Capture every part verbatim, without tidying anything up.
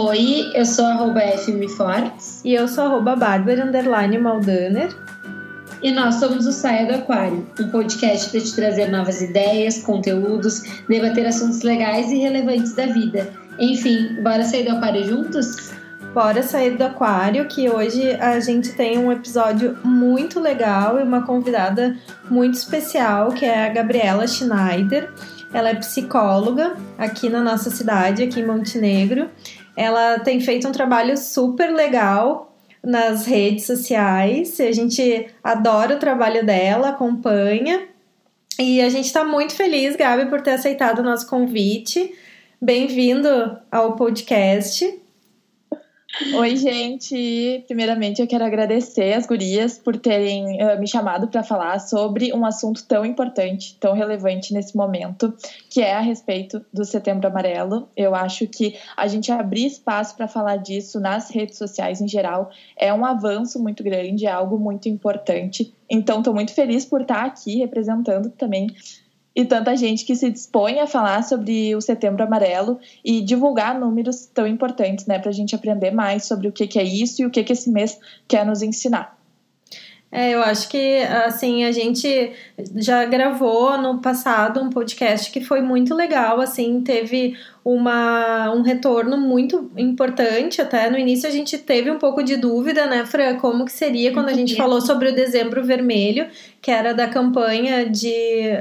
Oi, eu sou arroba fmfortes. E eu sou arroba Bárbara underline Maldaner. E nós somos o Saia do Aquário, um podcast para te trazer novas ideias, conteúdos, debater assuntos legais e relevantes da vida. Enfim, bora sair do aquário juntos? Bora sair do aquário, que hoje a gente tem um episódio muito legal e uma convidada muito especial, que é a Gabriela Schneider. Ela é psicóloga aqui na nossa cidade, aqui em Montenegro. Ela tem feito um trabalho super legal nas redes sociais. A gente adora o trabalho dela, acompanha. E a gente está muito feliz, Gabi, por ter aceitado o nosso convite. Bem-vindo ao podcast. Oi, gente! Primeiramente, eu quero agradecer as gurias por terem uh, me chamado para falar sobre um assunto tão importante, tão relevante nesse momento, que é a respeito do Setembro Amarelo. Eu acho que a gente abrir espaço para falar disso nas redes sociais em geral é um avanço muito grande, é algo muito importante. Então, estou muito feliz por estar aqui representando também e tanta gente que se dispõe a falar sobre o Setembro Amarelo e divulgar números tão importantes, né, para a gente aprender mais sobre o que, que é isso e o que, que esse mês quer nos ensinar. É, eu acho que, assim, a gente já gravou no passado um podcast que foi muito legal, assim, teve uma, um retorno muito importante. Até no início a gente teve um pouco de dúvida, né, Fran, como que seria quando a gente falou sobre o Dezembro Vermelho, que era da campanha de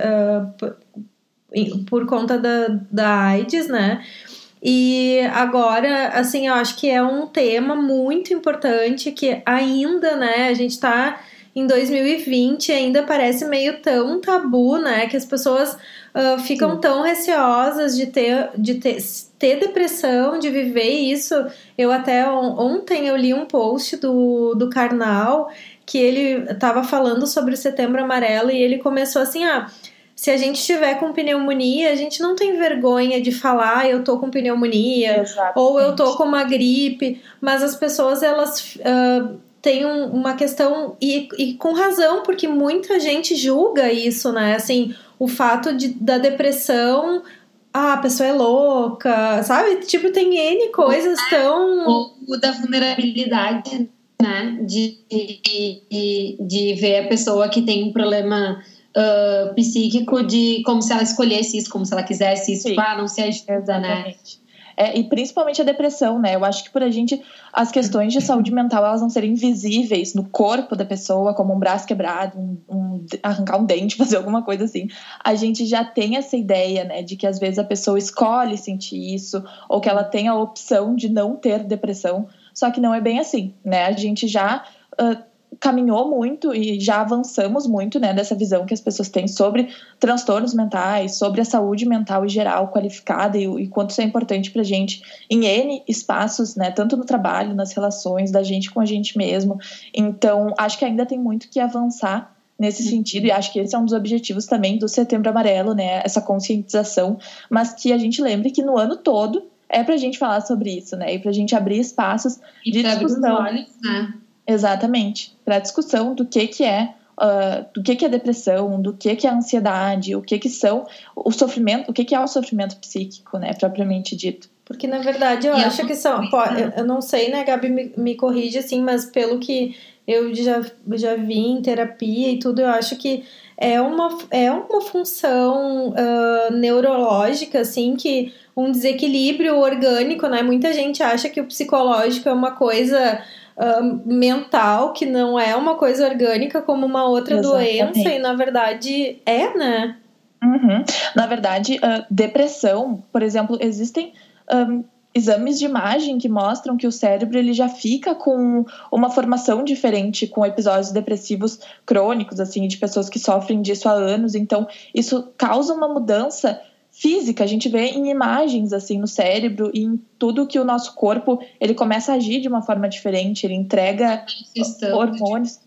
uh, por conta da, da AIDS, né? E agora, assim, eu acho que é um tema muito importante que ainda, né, a gente tá em dois mil e vinte, ainda parece meio tão tabu, né, que as pessoas uh, ficam Sim. tão receosas de ter, de ter, ter depressão, de viver isso. Eu até ontem eu li um post do, do Karnal, que ele tava falando sobre o Setembro Amarelo, e ele começou assim, ah, se a gente tiver com pneumonia, a gente não tem vergonha de falar eu tô com pneumonia, Exatamente. Ou eu tô com uma gripe, mas as pessoas, elas uh, têm um, uma questão, e, e com razão, porque muita gente julga isso, né, assim, o fato de, da depressão, ah, a pessoa é louca, sabe, tipo, tem N coisas tão... Ou da vulnerabilidade, né, de, de, de ver a pessoa que tem um problema... Uh, psíquico, de como se ela escolhesse isso, como se ela quisesse isso, tipo, ah, não se ajuda, né? É, e principalmente a depressão, né? Eu acho que por a gente, as questões de saúde mental, elas não serem visíveis no corpo da pessoa, como um braço quebrado, um, um, arrancar um dente, fazer alguma coisa assim. A gente já tem essa ideia, né, de que às vezes a pessoa escolhe sentir isso, ou que ela tem a opção de não ter depressão, só que não é bem assim, né? A gente já... Uh, caminhou muito e já avançamos muito, né, dessa visão que as pessoas têm sobre transtornos mentais, sobre a saúde mental em geral qualificada e, e quanto isso é importante pra gente em N espaços, né, tanto no trabalho, nas relações da gente com a gente mesmo. Então, acho que ainda tem muito que avançar nesse uhum. sentido, e acho que esse é um dos objetivos também do Setembro Amarelo, né, essa conscientização, mas que a gente lembre que no ano todo é pra gente falar sobre isso, né, e pra gente abrir espaços e de discussão. Olhos, né? Exatamente, para a discussão do que, que é uh, do que, que é depressão, do que, que é ansiedade, o que, que são o sofrimento, o que, que é o sofrimento psíquico, né, propriamente dito. Porque na verdade eu e acho eu... que são, pô, eu, eu não sei, né, Gabi, me, me corrige assim, mas pelo que eu já, já vi em terapia e tudo, eu acho que é uma, é uma função uh, neurológica, assim, que um desequilíbrio orgânico, né, muita gente acha que o psicológico é uma coisa... Uh, mental, que não é uma coisa orgânica como uma outra Exatamente. Doença, e na verdade é, né? Uhum. Na verdade, uh, depressão, por exemplo, existem um, exames de imagem que mostram que o cérebro ele já fica com uma formação diferente com episódios depressivos crônicos, assim, de pessoas que sofrem disso há anos. Então, isso causa uma mudança física, a gente vê em imagens assim no cérebro e em tudo que o nosso corpo ele começa a agir de uma forma diferente, ele entrega hormônios.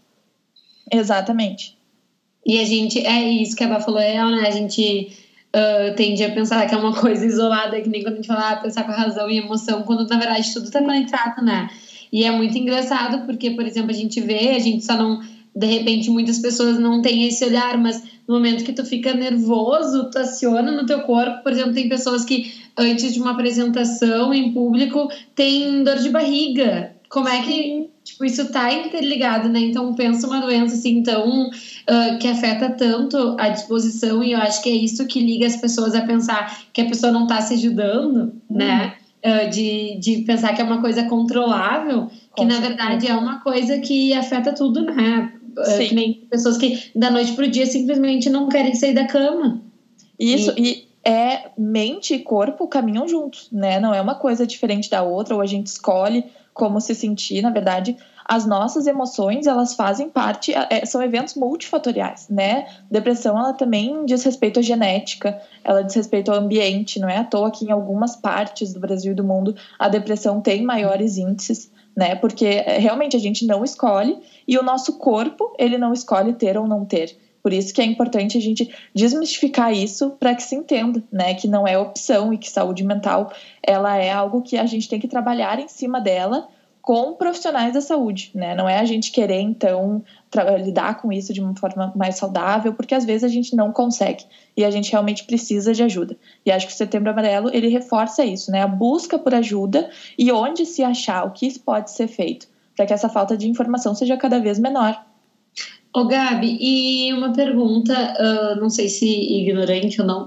Exatamente. E a gente, é isso que a Bá falou, é real, né? A gente uh, tende a pensar que é uma coisa isolada, que nem quando a gente fala ah, pensar com razão e emoção, quando na verdade tudo tá conectado, né? E é muito engraçado porque, por exemplo, a gente vê, a gente só não, de repente muitas pessoas não têm esse olhar, mas no momento que tu fica nervoso, tu aciona no teu corpo. Por exemplo, tem pessoas que antes de uma apresentação em público tem dor de barriga. Como é que tipo, isso tá interligado, né? Então, pensa uma doença assim tão uh, que afeta tanto a disposição, e eu acho que é isso que liga as pessoas a pensar que a pessoa não tá se ajudando, hum. né? Uh, de, de pensar que é uma coisa controlável, que Com na certeza. verdade é uma coisa que afeta tudo, né? Uh, que nem pessoas que da noite pro dia simplesmente não querem sair da cama. Isso, e, e é mente e corpo caminham juntos, né? Não é uma coisa diferente da outra, ou a gente escolhe como se sentir. Na verdade, as nossas emoções, elas fazem parte, é, são eventos multifatoriais, né? Depressão, ela também diz respeito à genética, ela diz respeito ao ambiente, não é à toa que em algumas partes do Brasil e do mundo a depressão tem maiores índices, né? Porque realmente a gente não escolhe, e o nosso corpo, ele não escolhe ter ou não ter. Por isso que é importante a gente desmistificar isso para que se entenda, né, que não é opção e que saúde mental ela é algo que a gente tem que trabalhar em cima dela com profissionais da saúde, né? Não é a gente querer, então, lidar com isso de uma forma mais saudável, porque às vezes a gente não consegue e a gente realmente precisa de ajuda. E acho que o Setembro Amarelo, ele reforça isso, né? A busca por ajuda e onde se achar, o que pode ser feito, para que essa falta de informação seja cada vez menor. Ô Gabi, e uma pergunta, uh, não sei se ignorante ou não,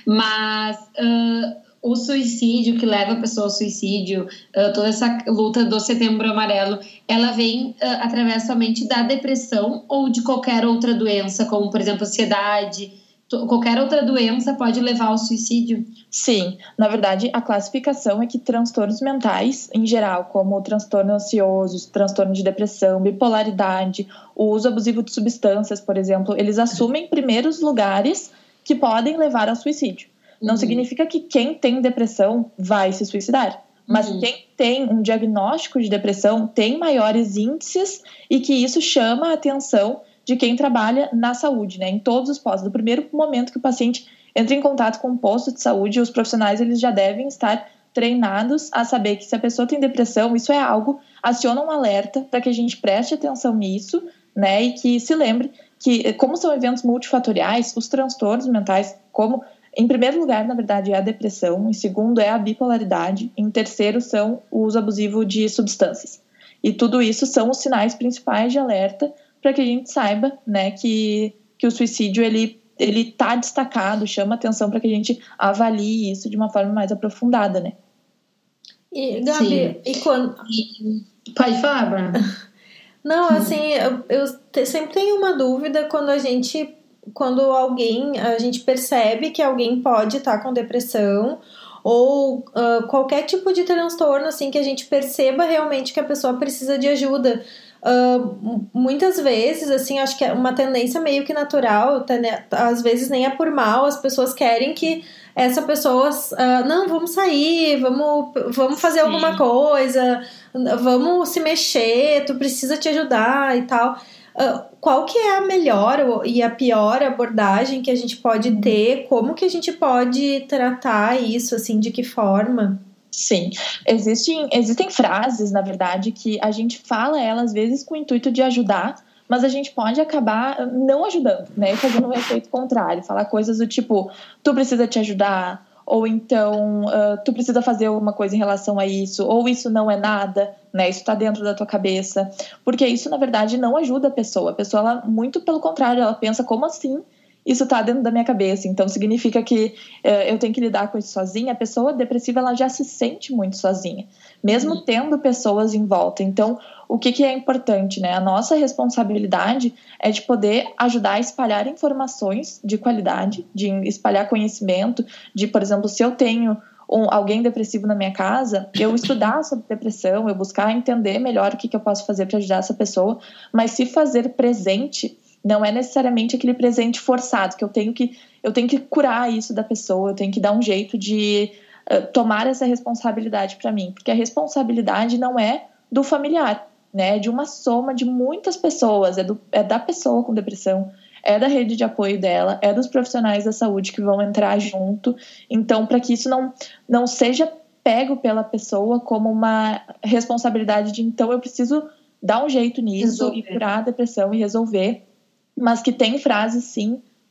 mas uh, o suicídio que leva a pessoa ao suicídio, uh, toda essa luta do Setembro Amarelo, ela vem uh, através somente da depressão ou de qualquer outra doença, como por exemplo ansiedade, qualquer outra doença pode levar ao suicídio? Sim, na verdade a classificação é que transtornos mentais em geral, como o transtorno ansioso, transtorno de depressão, bipolaridade, o uso abusivo de substâncias, por exemplo, eles assumem primeiros lugares que podem levar ao suicídio. Não uhum. significa que quem tem depressão vai se suicidar, mas uhum. quem tem um diagnóstico de depressão tem maiores índices e que isso chama a atenção de quem trabalha na saúde, né? Em todos os postos. Do primeiro momento que o paciente entra em contato com um posto de saúde, os profissionais eles já devem estar treinados a saber que se a pessoa tem depressão, isso é algo, aciona um alerta para que a gente preste atenção nisso, né? E que se lembre que, como são eventos multifatoriais, os transtornos mentais, como, em primeiro lugar, na verdade, é a depressão, em segundo é a bipolaridade, em terceiro são o uso abusivo de substâncias. E tudo isso são os sinais principais de alerta para que a gente saiba, né, que, que o suicídio ele ele tá destacado, chama atenção para que a gente avalie isso de uma forma mais aprofundada, né? E Gabi, Sim. e quando pode falar, Bruna? Não, assim, eu, eu te, sempre tenho uma dúvida quando a gente, quando alguém, a gente percebe que alguém pode estar com depressão ou uh, qualquer tipo de transtorno, assim, que a gente perceba realmente que a pessoa precisa de ajuda. Uh, muitas vezes, assim, acho que é uma tendência meio que natural, às vezes nem é por mal, as pessoas querem que essa pessoa, uh, não, vamos sair, vamos, vamos fazer Sim. alguma coisa, vamos se mexer, tu precisa te ajudar e tal. Uh, qual que é a melhor e a pior abordagem que a gente pode ter? Como que a gente pode tratar isso, assim, de que forma? Sim, existem, existem frases, na verdade, que a gente fala elas às vezes com o intuito de ajudar, mas a gente pode acabar não ajudando, né? Fazendo o efeito contrário, falar coisas do tipo, tu precisa te ajudar, ou então uh, tu precisa fazer alguma coisa em relação a isso, ou isso não é nada, né? Isso tá dentro da tua cabeça, porque isso, na verdade, não ajuda a pessoa. A pessoa, ela, muito pelo contrário, ela pensa, como assim? Isso tá dentro da minha cabeça, então significa que uh, eu tenho que lidar com isso sozinha. A pessoa depressiva, ela já se sente muito sozinha, mesmo uhum. tendo pessoas em volta. Então, o que, que é importante, né? A nossa responsabilidade é de poder ajudar a espalhar informações de qualidade, de espalhar conhecimento, de, por exemplo, se eu tenho um, alguém depressivo na minha casa, eu estudar sobre depressão, eu buscar entender melhor o que, que eu posso fazer para ajudar essa pessoa, mas se fazer presente não é necessariamente aquele presente forçado, que eu tenho que, eu tenho que curar isso da pessoa, eu tenho que dar um jeito de uh, tomar essa responsabilidade para mim, porque a responsabilidade não é do familiar, né? É de uma soma de muitas pessoas, é, do, é da pessoa com depressão, é da rede de apoio dela, é dos profissionais da saúde que vão entrar junto. Então, para que isso não, não seja pego pela pessoa como uma responsabilidade de, então, eu preciso dar um jeito nisso resolver. E curar a depressão e resolver, mas que tem frases, sim,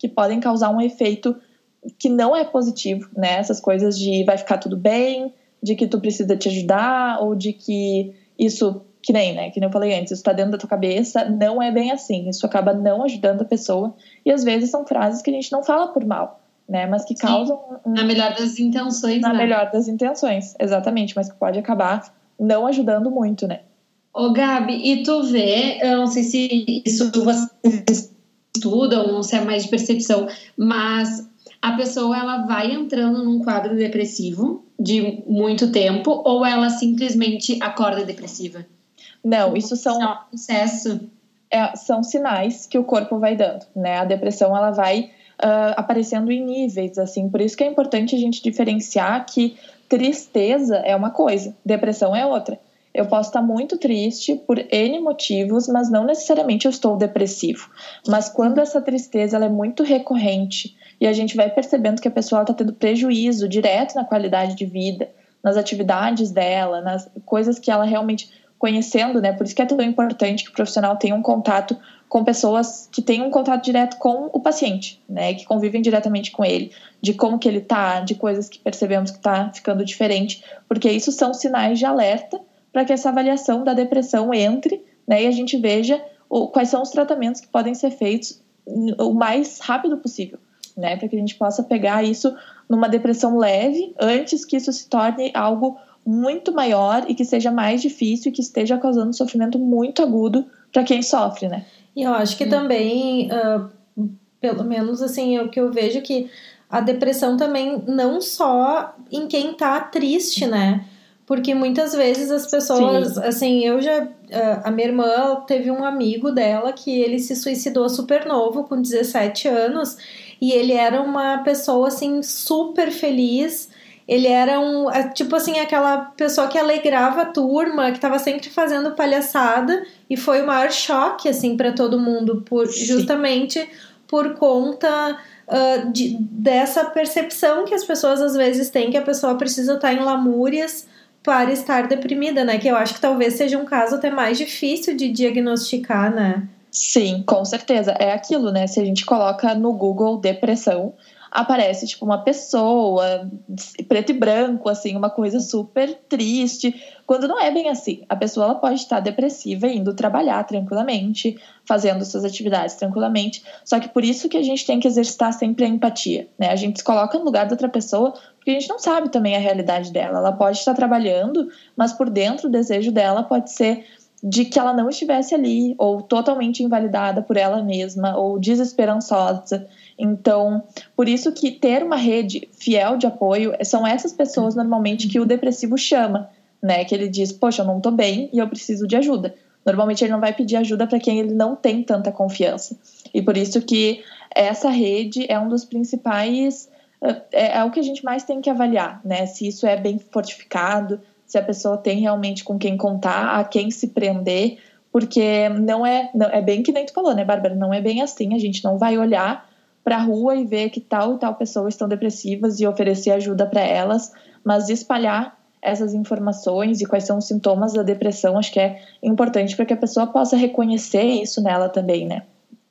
que podem causar um efeito que não é positivo, né? Essas coisas de vai ficar tudo bem, de que tu precisa te ajudar, ou de que isso, que nem, né? Que nem eu falei antes, isso tá dentro da tua cabeça, não é bem assim. Isso acaba não ajudando a pessoa. E às vezes são frases que a gente não fala por mal, né? Mas que causam... Um, na melhor das intenções, Na né? melhor das intenções, exatamente. Mas que pode acabar não ajudando muito, né? Ô, Gabi, e tu vê, eu não sei se isso vocês estudam, ou se é mais de percepção, mas a pessoa ela vai entrando num quadro depressivo de muito tempo ou ela simplesmente acorda depressiva? Não, isso são... É um processo. É, são sinais que o corpo vai dando, né? A depressão, ela vai uh, aparecendo em níveis, assim. Por isso que é importante a gente diferenciar que tristeza é uma coisa, depressão é outra. Eu posso estar muito triste por N motivos, mas não necessariamente eu estou depressivo. Mas quando essa tristeza ela é muito recorrente e a gente vai percebendo que a pessoa está tendo prejuízo direto na qualidade de vida, nas atividades dela, nas coisas que ela realmente conhecendo, né? Por isso que é tão importante que o profissional tenha um contato com pessoas que tenham um contato direto com o paciente, né? Que convivem diretamente com ele, de como que ele tá, de coisas que percebemos que está ficando diferente, porque isso são sinais de alerta para que essa avaliação da depressão entre, né, e a gente veja o, quais são os tratamentos que podem ser feitos o mais rápido possível, né, para que a gente possa pegar isso numa depressão leve antes que isso se torne algo muito maior e que seja mais difícil e que esteja causando sofrimento muito agudo para quem sofre, né. E eu acho que hum. também, uh, pelo menos assim, é o que eu vejo que a depressão também não só em quem tá triste, né, porque muitas vezes as pessoas, Sim. assim, eu já, a minha irmã teve um amigo dela que ele se suicidou super novo, com dezessete anos, e ele era uma pessoa, assim, super feliz, ele era um, tipo assim, aquela pessoa que alegrava a turma, que estava sempre fazendo palhaçada, e foi o maior choque, assim, para todo mundo, por, justamente por conta uh, de, dessa percepção que as pessoas às vezes têm, que a pessoa precisa estar em lamúrias para estar deprimida, né? Que eu acho que talvez seja um caso até mais difícil de diagnosticar, né? Sim, com certeza. É aquilo, né? Se a gente coloca no Google depressão, aparece tipo uma pessoa preto e branco, assim, uma coisa super triste, quando não é bem assim. A pessoa ela pode estar depressiva indo trabalhar tranquilamente, fazendo suas atividades tranquilamente, só que por isso que a gente tem que exercitar sempre a empatia, né? A gente se coloca no lugar da outra pessoa, porque a gente não sabe também a realidade dela. Ela pode estar trabalhando, mas por dentro o desejo dela pode ser de que ela não estivesse ali, ou totalmente invalidada por ela mesma, ou desesperançosa. Então, por isso que ter uma rede fiel de apoio, são essas pessoas normalmente que o depressivo chama, né? Que ele diz, poxa, eu não tô bem e eu preciso de ajuda. Normalmente ele não vai pedir ajuda para quem ele não tem tanta confiança. E por isso que essa rede é um dos principais, é, é o que a gente mais tem que avaliar, né? Se isso é bem fortificado, se a pessoa tem realmente com quem contar, a quem se prender, porque não é, não, é bem que nem tu falou, né, Bárbara? Não é bem assim, a gente não vai olhar para a rua e ver que tal e tal pessoa estão depressivas e oferecer ajuda para elas, mas espalhar essas informações e quais são os sintomas da depressão, acho que é importante para que a pessoa possa reconhecer isso nela também, né?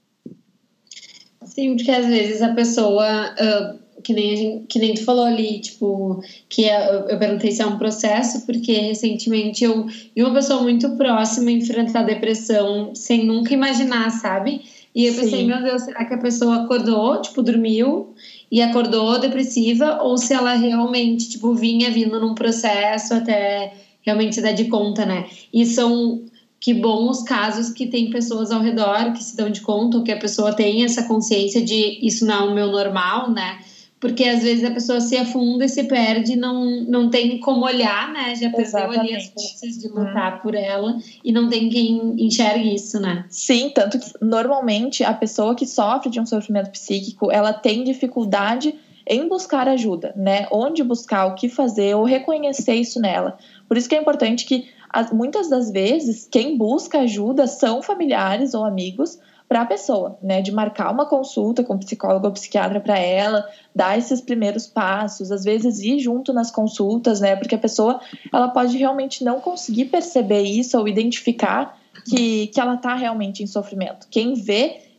Sim, porque às vezes a pessoa... Uh... Que nem, a gente, que nem tu falou ali, tipo, que eu, eu perguntei se é um processo, porque recentemente eu vi uma pessoa muito próxima enfrentar depressão sem nunca imaginar, sabe? E eu pensei, Sim. meu Deus, será que a pessoa acordou, tipo, dormiu e acordou depressiva, ou se ela realmente, tipo, vinha vindo num processo até realmente se dar de conta, né? E são... Que bom os casos que tem pessoas ao redor que se dão de conta, ou que a pessoa tem essa consciência de isso não é o meu normal, né? Porque às vezes a pessoa se afunda e se perde, não, não tem como olhar, né? Já perdeu Exatamente. ali as forças de lutar hum. por ela e não tem quem enxergue isso, né? Sim, tanto que normalmente a pessoa que sofre de um sofrimento psíquico, ela tem dificuldade em buscar ajuda, né? Onde buscar, o que fazer, ou reconhecer isso nela. Por isso que é importante que muitas das vezes quem busca ajuda são familiares ou amigos, para a pessoa, né, de marcar uma consulta com psicólogo ou psiquiatra para ela, dar esses primeiros passos, às vezes ir junto nas consultas, né, porque a pessoa ela pode realmente não conseguir perceber isso ou identificar que, que ela está realmente em sofrimento. Quem vê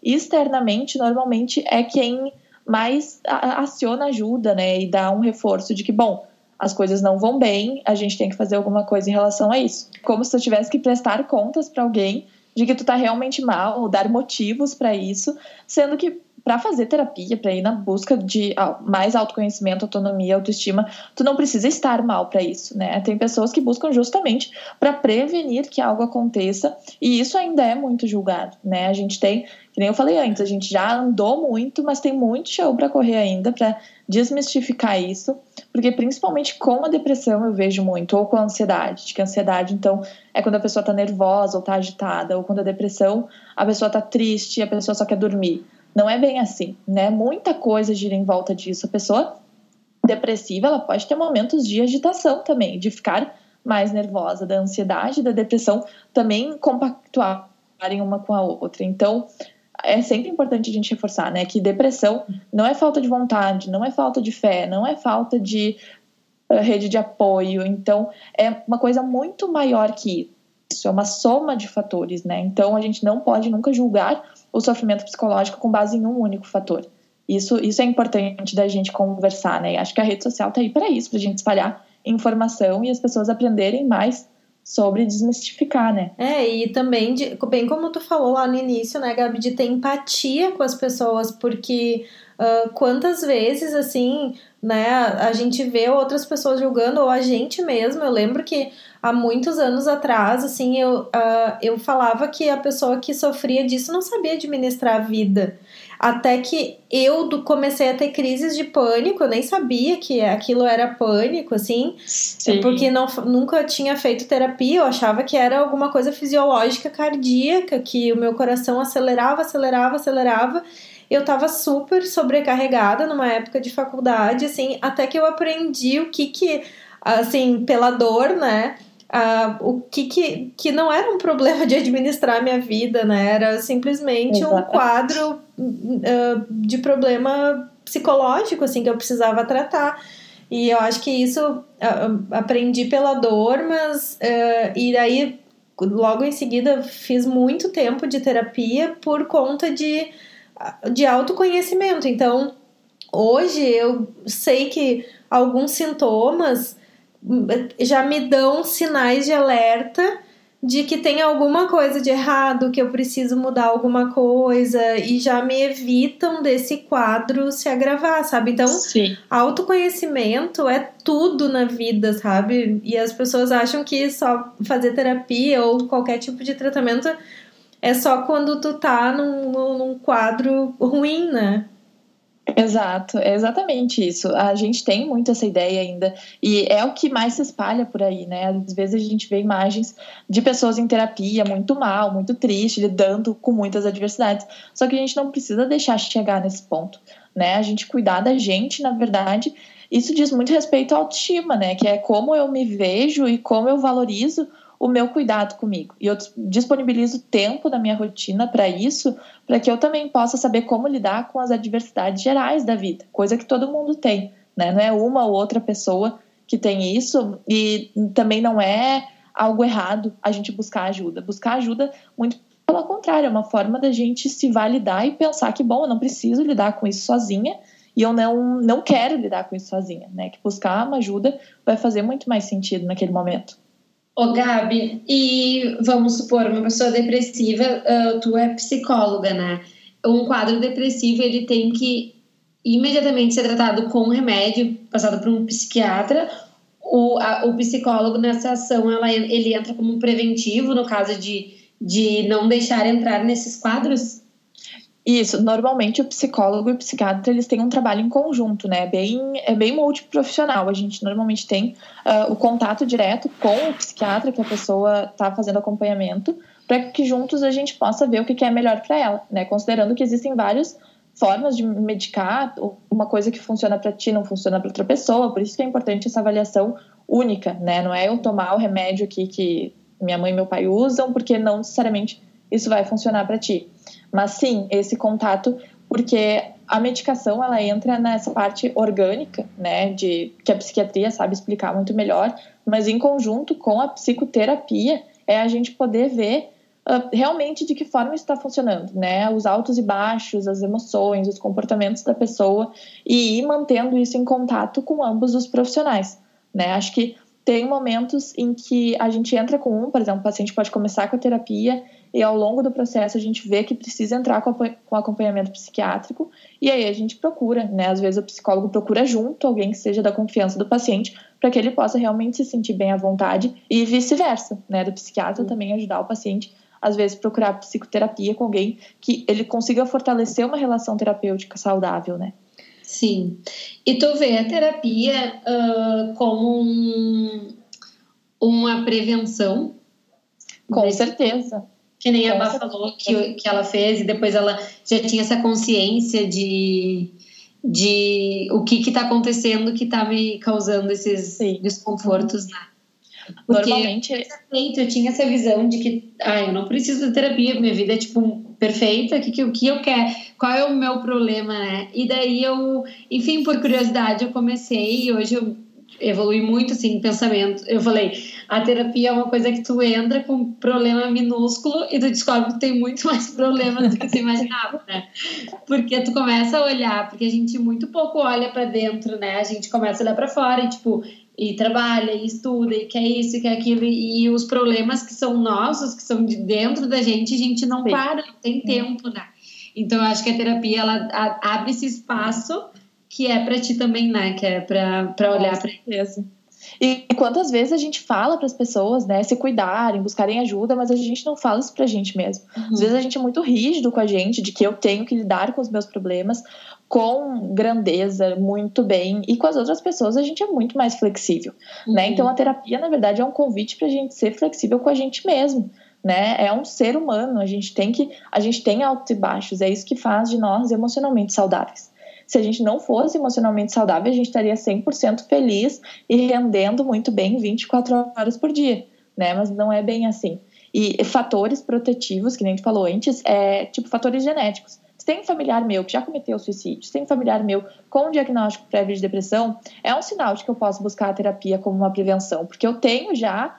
externamente, normalmente é quem mais aciona ajuda, né? E dá um reforço de que, bom, as coisas não vão bem, a gente tem que fazer alguma coisa em relação a isso. Como se tu tivesse que prestar contas para alguém de que tu tá realmente mal, ou dar motivos para isso, sendo que para fazer terapia, para ir na busca de mais autoconhecimento, autonomia, autoestima, tu não precisa estar mal para isso, né? Tem pessoas que buscam justamente para prevenir que algo aconteça, e isso ainda é muito julgado, né? A gente tem, que nem eu falei antes, a gente já andou muito, mas tem muito chão para correr ainda para desmistificar isso, porque principalmente com a depressão eu vejo muito, ou com a ansiedade, de que a ansiedade, então, é quando a pessoa tá nervosa ou tá agitada, ou quando a depressão, a pessoa tá triste, a pessoa só quer dormir. Não é bem assim, né? Muita coisa gira em volta disso. A pessoa depressiva, ela pode ter momentos de agitação também, de ficar mais nervosa, da ansiedade, da depressão também compactuarem uma com a outra. Então, é sempre importante a gente reforçar, né, que depressão não é falta de vontade, não é falta de fé, não é falta de uh, rede de apoio. Então, é uma coisa muito maior que isso, é uma soma de fatores, né? Então, a gente não pode nunca julgar o sofrimento psicológico com base em um único fator. Isso, isso é importante da gente conversar, né? Acho que a rede social tá aí para isso, pra gente espalhar informação e as pessoas aprenderem mais sobre desmistificar, né? É, e também, de, bem como tu falou lá no início, né, Gabi, de ter empatia com as pessoas, porque uh, quantas vezes, assim, né, a gente vê outras pessoas julgando, ou a gente mesmo. Eu lembro que há muitos anos atrás, assim, eu, uh, eu falava que a pessoa que sofria disso não sabia administrar a vida. Até que eu comecei a ter crises de pânico, eu nem sabia que aquilo era pânico, assim, Sim. porque não, nunca tinha feito terapia, eu achava que era alguma coisa fisiológica cardíaca, que o meu coração acelerava, acelerava, acelerava. Eu tava super sobrecarregada numa época de faculdade, assim, até que eu aprendi o que que, assim, pela dor, né, Uh, o que, que, que não era um problema de administrar a minha vida, né? Era simplesmente Exato. um quadro uh, de problema psicológico, assim, que eu precisava tratar. E eu acho que isso uh, aprendi pela dor, mas uh, e daí logo em seguida fiz muito tempo de terapia por conta de, de autoconhecimento. Então hoje eu sei que alguns sintomas já me dão sinais de alerta de que tem alguma coisa de errado, que eu preciso mudar alguma coisa, e já me evitam desse quadro se agravar, sabe? Então, Sim. autoconhecimento é tudo na vida, sabe? E as pessoas acham que só fazer terapia ou qualquer tipo de tratamento é só quando tu tá num, num quadro ruim, né? Exato, é exatamente isso. A gente tem muito essa ideia ainda, e é o que mais se espalha por aí, né? Às vezes a gente vê imagens de pessoas em terapia muito mal, muito triste, lidando com muitas adversidades. Só que a gente não precisa deixar chegar nesse ponto, né? A gente cuidar da gente, na verdade, isso diz muito respeito à autoestima, né? Que é como eu me vejo e como eu valorizo o meu cuidado comigo. E eu disponibilizo tempo da minha rotina para isso, para que eu também possa saber como lidar com as adversidades gerais da vida, coisa que todo mundo tem, né? Não é uma ou outra pessoa que tem isso, e também não é algo errado a gente buscar ajuda. Buscar ajuda, muito pelo contrário, é uma forma da gente se validar e pensar que, bom, eu não preciso lidar com isso sozinha, e eu não, não quero lidar com isso sozinha, né? Que buscar uma ajuda vai fazer muito mais sentido naquele momento. Ô Gabi, e vamos supor, uma pessoa depressiva, uh, tu é psicóloga, né? Um quadro depressivo, ele tem que imediatamente ser tratado com remédio, passado por um psiquiatra. O, a, o psicólogo nessa ação, ela, ele entra como um preventivo, no caso de, de não deixar entrar nesses quadros? Isso, normalmente o psicólogo e o psiquiatra, eles têm um trabalho em conjunto, né, bem, é bem multiprofissional. A gente normalmente tem uh, o contato direto com o psiquiatra, que a pessoa está fazendo acompanhamento, para que juntos a gente possa ver o que é melhor para ela, né, considerando que existem várias formas de medicar, uma coisa que funciona para ti não funciona para outra pessoa, por isso que é importante essa avaliação única, né, não é eu tomar o remédio aqui que minha mãe e meu pai usam, porque não necessariamente isso vai funcionar para ti. Mas sim, esse contato, porque a medicação, ela entra nessa parte orgânica, né, de, que a psiquiatria sabe explicar muito melhor, mas em conjunto com a psicoterapia, é a gente poder ver uh, realmente de que forma isso está funcionando, né? Os altos e baixos, as emoções, os comportamentos da pessoa e ir mantendo isso em contato com ambos os profissionais, né? Acho que tem momentos em que a gente entra com um, por exemplo, o paciente pode começar com a terapia e ao longo do processo a gente vê que precisa entrar com acompanhamento psiquiátrico e aí a gente procura, né? Às vezes o psicólogo procura junto alguém que seja da confiança do paciente para que ele possa realmente se sentir bem à vontade e vice-versa, né? Do psiquiatra também ajudar o paciente, às vezes procurar psicoterapia com alguém que ele consiga fortalecer uma relação terapêutica saudável, né? Sim. E tu vê a terapia uh, como um, uma prevenção? Com certeza. Que nem a Bá falou que, que ela fez e depois ela já tinha essa consciência de, de o que está acontecendo que está me causando esses Sim. desconfortos, né? Porque normalmente eu tinha essa visão de que ah, eu não preciso de terapia, minha vida é tipo perfeita, o que, que, que eu quero, qual é o meu problema, né? E daí eu, enfim, por curiosidade eu comecei e hoje eu evolui muito assim, em pensamento. Eu falei, a terapia é uma coisa que tu entra com um problema minúsculo e tu descobre que tem muito mais problemas do que tu imaginava, né? Porque tu começa a olhar, porque a gente muito pouco olha pra dentro, né? A gente começa a olhar pra fora e tipo, e trabalha, e estuda, e quer isso, e quer aquilo, e os problemas que são nossos, que são de dentro da gente, a gente não Sim. para, não tem tempo, né? Então eu acho que a terapia, ela abre esse espaço que é para ti também, né? Que é para olhar para isso. E quantas vezes a gente fala para as pessoas, né, se cuidarem, buscarem ajuda, mas a gente não fala isso pra gente mesmo. Uhum. Às vezes a gente é muito rígido com a gente, de que eu tenho que lidar com os meus problemas com grandeza, muito bem, e com as outras pessoas a gente é muito mais flexível, uhum. né? Então a terapia, na verdade, é um convite pra gente ser flexível com a gente mesmo, né? É um ser humano, a gente tem que, a gente tem altos e baixos, é isso que faz de nós emocionalmente saudáveis. Se a gente não fosse emocionalmente saudável, a gente estaria cem por cento feliz e rendendo muito bem vinte e quatro horas por dia, né? Mas não é bem assim. E fatores protetivos, que nem tu falou antes, é tipo fatores genéticos. Se tem um familiar meu que já cometeu suicídio, se tem um familiar meu com um diagnóstico prévio de depressão, é um sinal de que eu posso buscar a terapia como uma prevenção, porque eu tenho já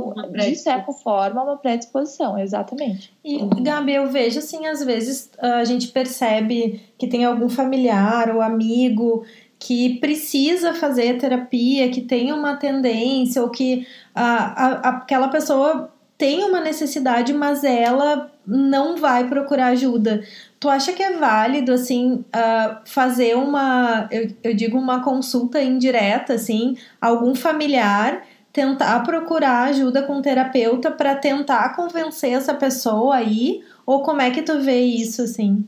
de certa forma uma predisposição, exatamente. E Gabi, eu vejo assim, às vezes a gente percebe que tem algum familiar ou amigo que precisa fazer terapia, que tem uma tendência ou que a, a, aquela pessoa tem uma necessidade, mas ela não vai procurar ajuda. Tu acha que é válido, assim, uh, fazer uma, eu, eu digo uma consulta indireta, assim, a algum familiar, tentar procurar ajuda com um terapeuta para tentar convencer essa pessoa aí? Ou como é que tu vê isso, assim?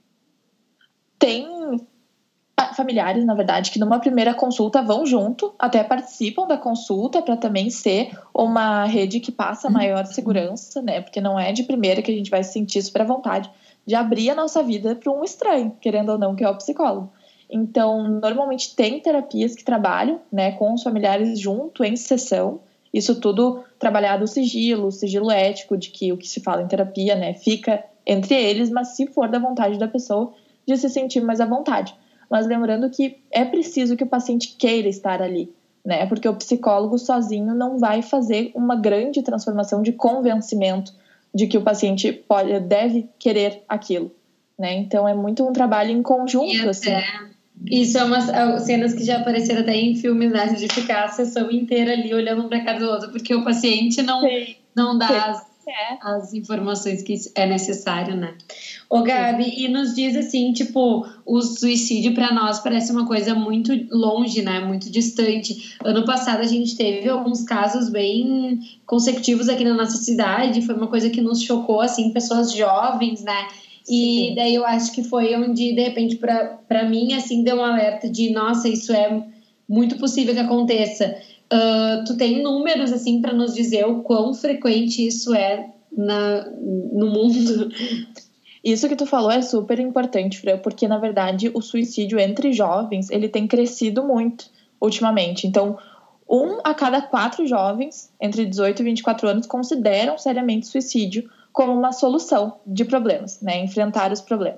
Tem familiares, na verdade, que numa primeira consulta vão junto, até participam da consulta para também ser uma rede que passa maior segurança, né? Porque não é de primeira que a gente vai se sentir super à vontade de abrir a nossa vida para um estranho, querendo ou não, que é o psicólogo. Então, normalmente tem terapias que trabalham, né, com os familiares junto, em sessão. Isso tudo trabalhado o sigilo, o sigilo ético de que o que se fala em terapia, né, fica entre eles, mas se for da vontade da pessoa, de se sentir mais à vontade. Mas lembrando que é preciso que o paciente queira estar ali, né, porque o psicólogo sozinho não vai fazer uma grande transformação de convencimento de que o paciente pode, deve querer aquilo, né. Então é muito um trabalho em conjunto, assim. Isso é umas cenas que já apareceram até em filmes, né? De ficar a sessão inteira ali olhando um para cada do outro, porque o paciente não, não dá as, as informações que é necessário, né? Ô Gabi, Sim. E nos diz assim, tipo, o suicídio para nós parece uma coisa muito longe, né? Muito distante. Ano passado a gente teve alguns casos bem consecutivos aqui na nossa cidade, foi uma coisa que nos chocou, assim, pessoas jovens, né? E Sim. daí eu acho que foi onde, de repente, para mim, assim, deu um alerta de, nossa, isso é muito possível que aconteça. Uh, tu tem números, assim, para nos dizer o quão frequente isso é na, no mundo? Isso que tu falou é super importante, Fran, porque, na verdade, o suicídio entre jovens, ele tem crescido muito ultimamente. Então, um a cada quatro jovens, entre dezoito e vinte e quatro anos, consideram seriamente suicídio como uma solução de problemas, né? Enfrentar os problemas.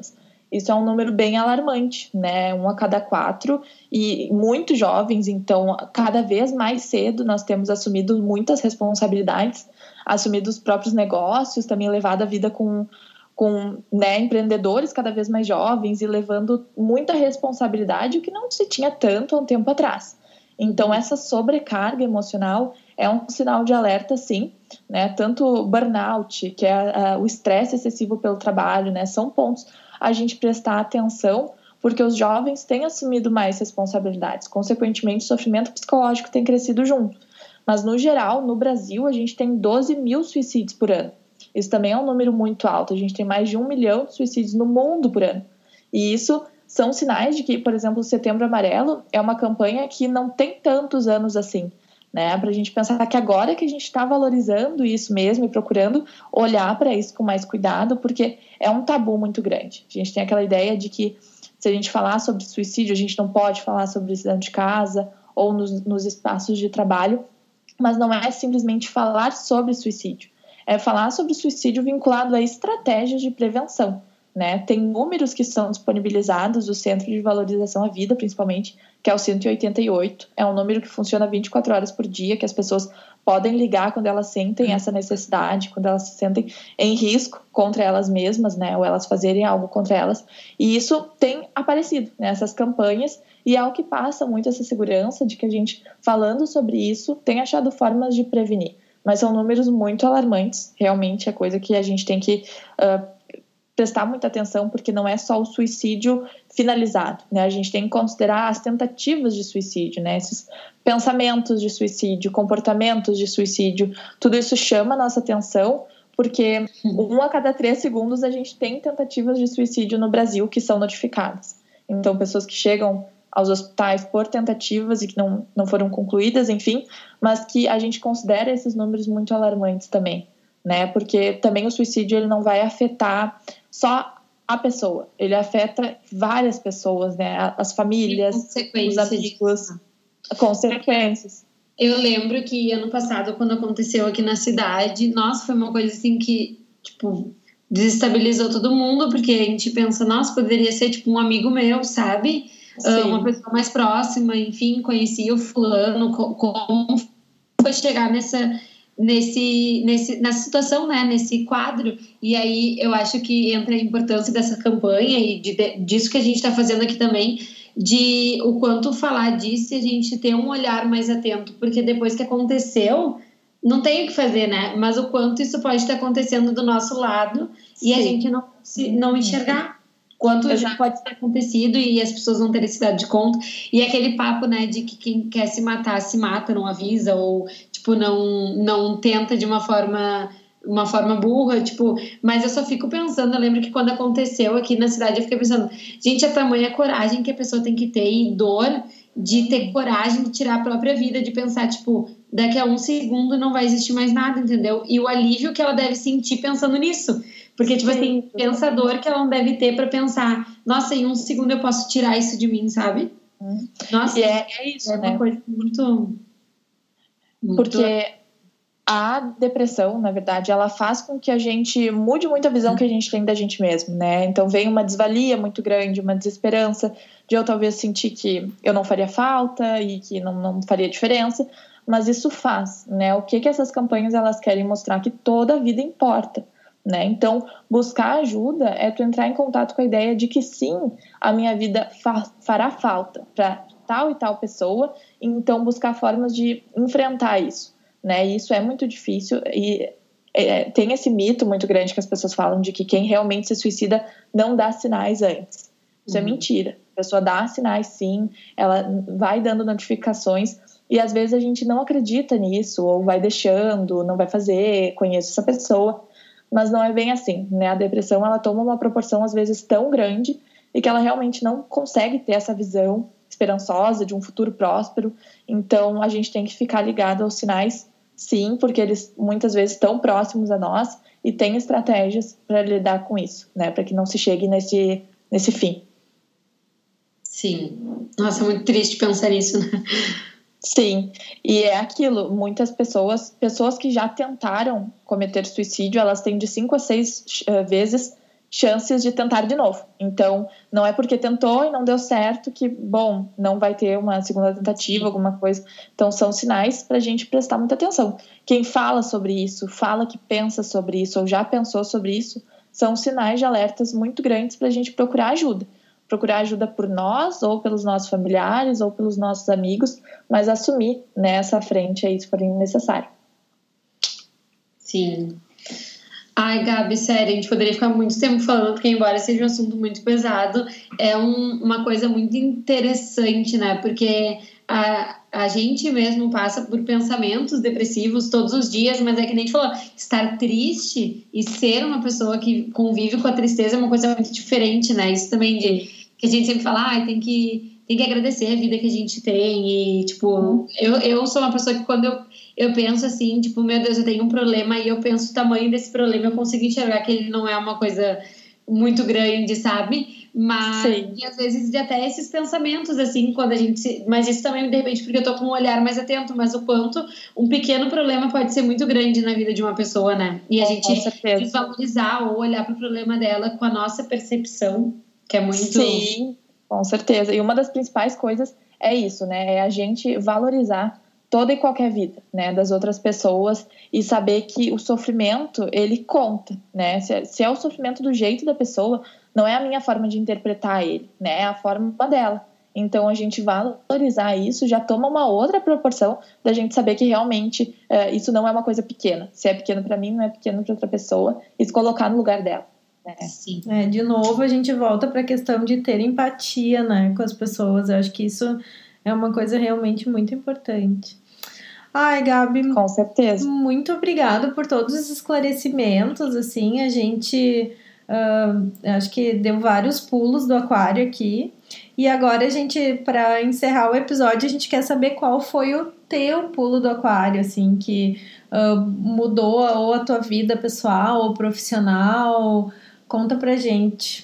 isso é um número bem alarmante, né? Um a cada quatro, e muito jovens, então cada vez mais cedo nós temos assumido muitas responsabilidades, assumido os próprios negócios, também levado a vida com, com né, empreendedores cada vez mais jovens e levando muita responsabilidade, o que não se tinha tanto há um tempo atrás. Então essa sobrecarga emocional é um sinal de alerta, sim, né? Tanto burnout, que é uh, o estresse excessivo pelo trabalho, né? São pontos a gente prestar atenção, porque os jovens têm assumido mais responsabilidades. Consequentemente, o sofrimento psicológico tem crescido junto. Mas, no geral, no Brasil, a gente tem doze mil suicídios por ano. Isso também é um número muito alto. A gente tem mais de um milhão de suicídios no mundo por ano. E isso são sinais de que, por exemplo, o Setembro Amarelo é uma campanha que não tem tantos anos assim, né? Para a gente pensar que agora que a gente está valorizando isso mesmo e procurando olhar para isso com mais cuidado, porque é um tabu muito grande. A gente tem aquela ideia de que se a gente falar sobre suicídio, a gente não pode falar sobre isso dentro de casa ou nos, nos espaços de trabalho, mas não é simplesmente falar sobre suicídio, é falar sobre suicídio vinculado a estratégias de prevenção, né? Tem números que são disponibilizados do Centro de Valorização à Vida, principalmente, que é o cento e oitenta e oito. É um número que funciona vinte e quatro horas por dia, que as pessoas podem ligar quando elas sentem essa necessidade, quando elas se sentem em risco contra elas mesmas, né? Ou elas fazerem algo contra elas. E isso tem aparecido nessas campanhas, e é o que passa muito essa segurança de que a gente, falando sobre isso, tem achado formas de prevenir. Mas são números muito alarmantes, realmente é coisa que a gente tem que Uh, prestar muita atenção, porque não é só o suicídio finalizado, né? A gente tem que considerar as tentativas de suicídio, né? Esses pensamentos de suicídio, comportamentos de suicídio, tudo isso chama a nossa atenção, porque um a cada três segundos a gente tem tentativas de suicídio no Brasil que são notificadas. Então, pessoas que chegam aos hospitais por tentativas e que não, não foram concluídas, enfim, mas que a gente considera esses números muito alarmantes também, né? Porque também o suicídio ele não vai afetar só a pessoa, ele afeta várias pessoas, né? As famílias, os amigos, consequências. Eu lembro que ano passado, quando aconteceu aqui na cidade, nossa, foi uma coisa assim que, tipo, desestabilizou todo mundo, porque a gente pensa, nossa, poderia ser tipo um amigo meu, sabe? Uh, uma pessoa mais próxima, enfim, conhecia o fulano, como foi chegar nessa... Nesse, nesse, nessa situação, né, nesse quadro. E aí eu acho que entra a importância dessa campanha e de, de, disso que a gente está fazendo aqui também, de o quanto falar disso e a gente ter um olhar mais atento, porque depois que aconteceu, não tem o que fazer, né, mas o quanto isso pode estar acontecendo do nosso lado. Sim. E a gente não, se, não enxergar quanto já pode ter acontecido e as pessoas não terem se dado de conta. E aquele papo, né, de que quem quer se matar, se mata, não avisa, ou, tipo, não, não tenta de uma forma, uma forma burra, tipo... Mas eu só fico pensando, eu lembro que quando aconteceu aqui na cidade, eu fiquei pensando, gente, a tamanha coragem que a pessoa tem que ter e dor de ter coragem de tirar a própria vida, de pensar, tipo, daqui a um segundo não vai existir mais nada, entendeu? E o alívio que ela deve sentir pensando nisso. Porque, tipo assim, pensador que ela não deve ter pra pensar, nossa, em um segundo eu posso tirar isso de mim, sabe? Hum. Nossa, e é, é isso, é né? uma coisa muito, muito... Porque a depressão, na verdade, ela faz com que a gente mude muito a visão que a gente tem da gente mesmo, né? Então vem uma desvalia muito grande, uma desesperança de eu talvez sentir que eu não faria falta e que não, não faria diferença, mas isso faz, né? O que que essas campanhas elas querem mostrar? Que toda a vida importa. Né? Então, buscar ajuda é tu entrar em contato com a ideia de que sim, a minha vida fa- fará falta para tal e tal pessoa, então buscar formas de enfrentar isso, né? E isso é muito difícil e é, tem esse mito muito grande que as pessoas falam de que quem realmente se suicida não dá sinais antes. Isso uhum. é mentira. A pessoa dá sinais sim, ela vai dando notificações e às vezes a gente não acredita nisso ou vai deixando, não vai fazer, conheço essa pessoa. Mas não é bem assim, né? A depressão, ela toma uma proporção, às vezes, tão grande e que ela realmente não consegue ter essa visão esperançosa de um futuro próspero. Então, a gente tem que ficar ligado aos sinais, sim, porque eles, muitas vezes, estão próximos a nós e tem estratégias para lidar com isso, né? Para que não se chegue nesse, nesse fim. Sim. Nossa, é muito triste pensar nisso, né? Sim, e é aquilo, muitas pessoas, pessoas que já tentaram cometer suicídio, elas têm de cinco a seis uh, vezes chances de tentar de novo. Então, não é porque tentou e não deu certo que, bom, não vai ter uma segunda tentativa, alguma coisa. Então, são sinais para a gente prestar muita atenção. Quem fala sobre isso, fala que pensa sobre isso ou já pensou sobre isso, são sinais de alertas muito grandes para a gente procurar ajuda. Procurar ajuda por nós, ou pelos nossos familiares, ou pelos nossos amigos, mas assumir nessa frente aí, se for necessário. Sim. Ai, Gabi, sério, a gente poderia ficar muito tempo falando, porque embora seja um assunto muito pesado, é um, uma coisa muito interessante, né? Porque a, a gente mesmo passa por pensamentos depressivos todos os dias, mas é que nem a gente falou, estar triste e ser uma pessoa que convive com a tristeza é uma coisa muito diferente, né? Isso também de que a gente sempre fala, ai, tem que, tem que agradecer a vida que a gente tem e, tipo, eu, eu sou uma pessoa que quando eu eu penso assim, tipo, meu Deus, eu tenho um problema e eu penso o tamanho desse problema, eu consigo enxergar que ele não é uma coisa muito grande, sabe? Mas, Sim. E às vezes até esses pensamentos, assim, quando a gente... Mas isso também, de repente, porque eu tô com um olhar mais atento, mas o quanto um pequeno problema pode ser muito grande na vida de uma pessoa, né? E a gente desvalorizar ou olhar pro problema dela com a nossa percepção, que é muito... Sim, com certeza. E uma das principais coisas é isso, né? É a gente valorizar toda e qualquer vida, né, das outras pessoas e saber que o sofrimento, ele conta, né, se é, se é o sofrimento do jeito da pessoa, não é a minha forma de interpretar ele, né, é a forma dela. Então, a gente valorizar isso já toma uma outra proporção da gente saber que realmente é, isso não é uma coisa pequena. Se é pequeno para mim, não é pequeno para outra pessoa, e se colocar no lugar dela. Né? Sim. É, de novo, a gente volta para a questão de ter empatia, né, com as pessoas. Eu acho que isso é uma coisa realmente muito importante. Ai, Gabi, com certeza. Muito obrigada por todos os esclarecimentos, assim, a gente uh, acho que deu vários pulos do aquário aqui, e agora a gente, para encerrar o episódio, a gente quer saber qual foi o teu pulo do aquário, assim, que uh, mudou ou a tua vida pessoal ou profissional, conta pra gente.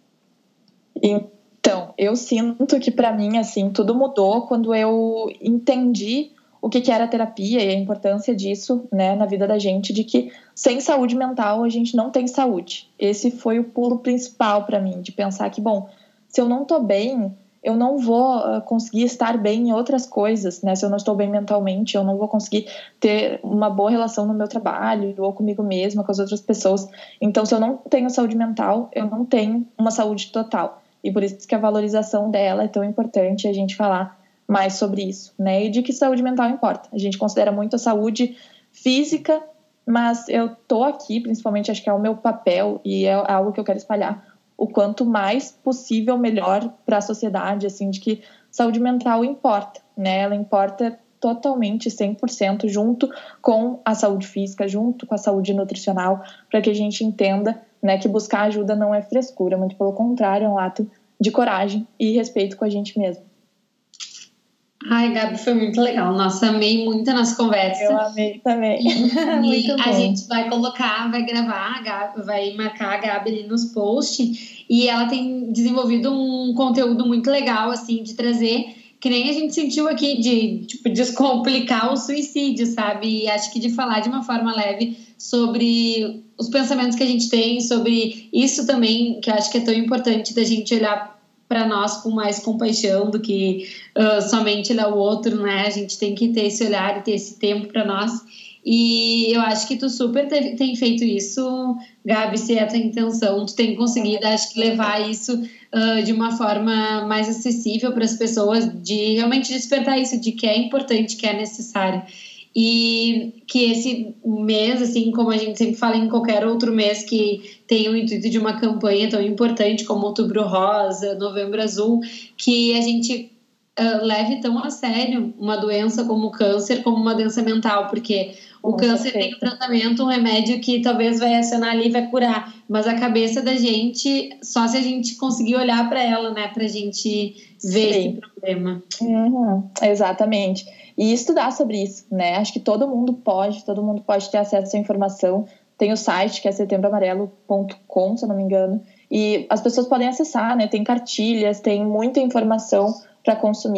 Então, eu sinto que para mim, assim, tudo mudou quando eu entendi o que, que era terapia e a importância disso, né, na vida da gente, de que sem saúde mental a gente não tem saúde. Esse foi o pulo principal para mim, de pensar que, bom, se eu não tô bem, eu não vou uh, conseguir estar bem em outras coisas, né? Se eu não estou bem mentalmente, eu não vou conseguir ter uma boa relação no meu trabalho, ou comigo mesma, com as outras pessoas. Então, se eu não tenho saúde mental, eu não tenho uma saúde total. E por isso que a valorização dela é tão importante, a gente falar mais sobre isso, né? E de que saúde mental importa. A gente considera muito a saúde física, mas eu tô aqui, principalmente, acho que é o meu papel e é algo que eu quero espalhar, o quanto mais possível, melhor para a sociedade, assim, de que saúde mental importa, né? Ela importa totalmente, cem por cento, junto com a saúde física, junto com a saúde nutricional, para que a gente entenda, né, que buscar ajuda não é frescura, muito pelo contrário, é um ato de coragem e respeito com a gente mesmo. Ai, Gabi, foi muito legal. Nossa, amei muito a nossa conversa. Eu amei também. E a gente vai colocar, vai gravar, a Gabi, vai marcar a Gabi ali nos posts. E ela tem desenvolvido um conteúdo muito legal, assim, de trazer, que nem a gente sentiu aqui, de tipo, descomplicar o suicídio, sabe? E acho que de falar de uma forma leve sobre os pensamentos que a gente tem, sobre isso também, que eu acho que é tão importante da gente olhar para nós com mais compaixão do que uh, somente olhar o outro, né? A gente tem que ter esse olhar e ter esse tempo para nós. E eu acho que tu super te, tem feito isso, Gabi, se é a tua intenção, tu tem conseguido, acho que levar isso uh, de uma forma mais acessível para as pessoas, de realmente despertar isso, de que é importante, que é necessário. E que esse mês, assim como a gente sempre fala em qualquer outro mês que tem o intuito de uma campanha tão importante como Outubro Rosa, Novembro Azul, que a gente uh, leve tão a sério uma doença como o câncer, como uma doença mental, porque o Com câncer certeza. Tem um tratamento, um remédio que talvez vai acionar ali e vai curar, mas a cabeça da gente, só se a gente conseguir olhar para ela, né, pra gente ver Sim. esse problema. Uhum, exatamente. E estudar sobre isso, né? Acho que todo mundo pode, todo mundo pode ter acesso à informação. Tem o site, que é setembro amarelo ponto com, se eu não me engano, e as pessoas podem acessar, né? Tem cartilhas, tem muita informação para consumir,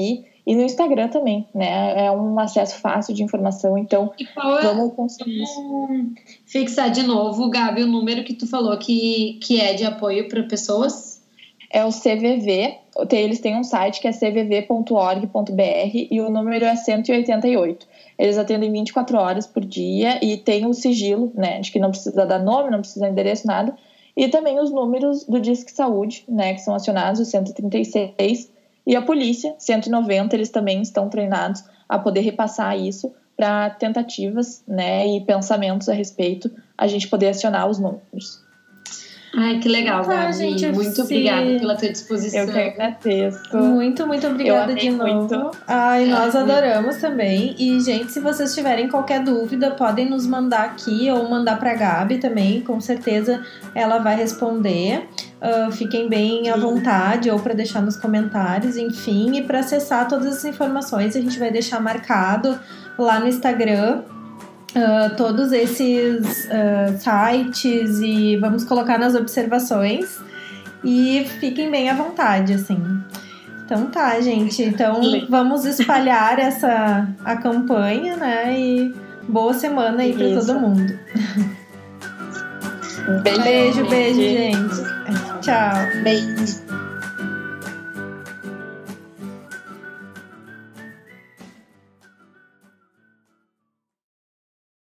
E no Instagram também, né? É um acesso fácil de informação, então e qual é, vamos consumir isso. Vamos fixar de novo, Gabi, o número que tu falou que, que é de apoio para pessoas? É o C V V, eles têm um site que é c v v ponto org ponto b r e o número é cento e oitenta e oito. Eles atendem vinte e quatro horas por dia e tem o sigilo, né, de que não precisa dar nome, não precisa endereço, nada. E também os números do Disque Saúde, né, que são acionados, o cento e trinta e seis, e a polícia, cento e noventa, eles também estão treinados a poder repassar isso para tentativas, né, e pensamentos a respeito, a gente poder acionar os números. Ai, que legal, tá, Gabi. gente, muito se... obrigada pela tua disposição. Eu que agradeço. Muito, muito obrigada de novo. Muito. Ai, nós adoramos também. E, gente, se vocês tiverem qualquer dúvida, podem nos mandar aqui ou mandar pra Gabi também. Com certeza ela vai responder. Uh, fiquem bem à vontade ou para deixar nos comentários, enfim. E para acessar todas as informações, a gente vai deixar marcado lá no Instagram. Uh, todos esses uh, sites e vamos colocar nas observações e fiquem bem à vontade, assim. Então tá, gente. Então vamos espalhar essa a campanha, né? E boa semana aí para todo mundo. Beijo, beijo, beijo, gente. Tchau. Beijo.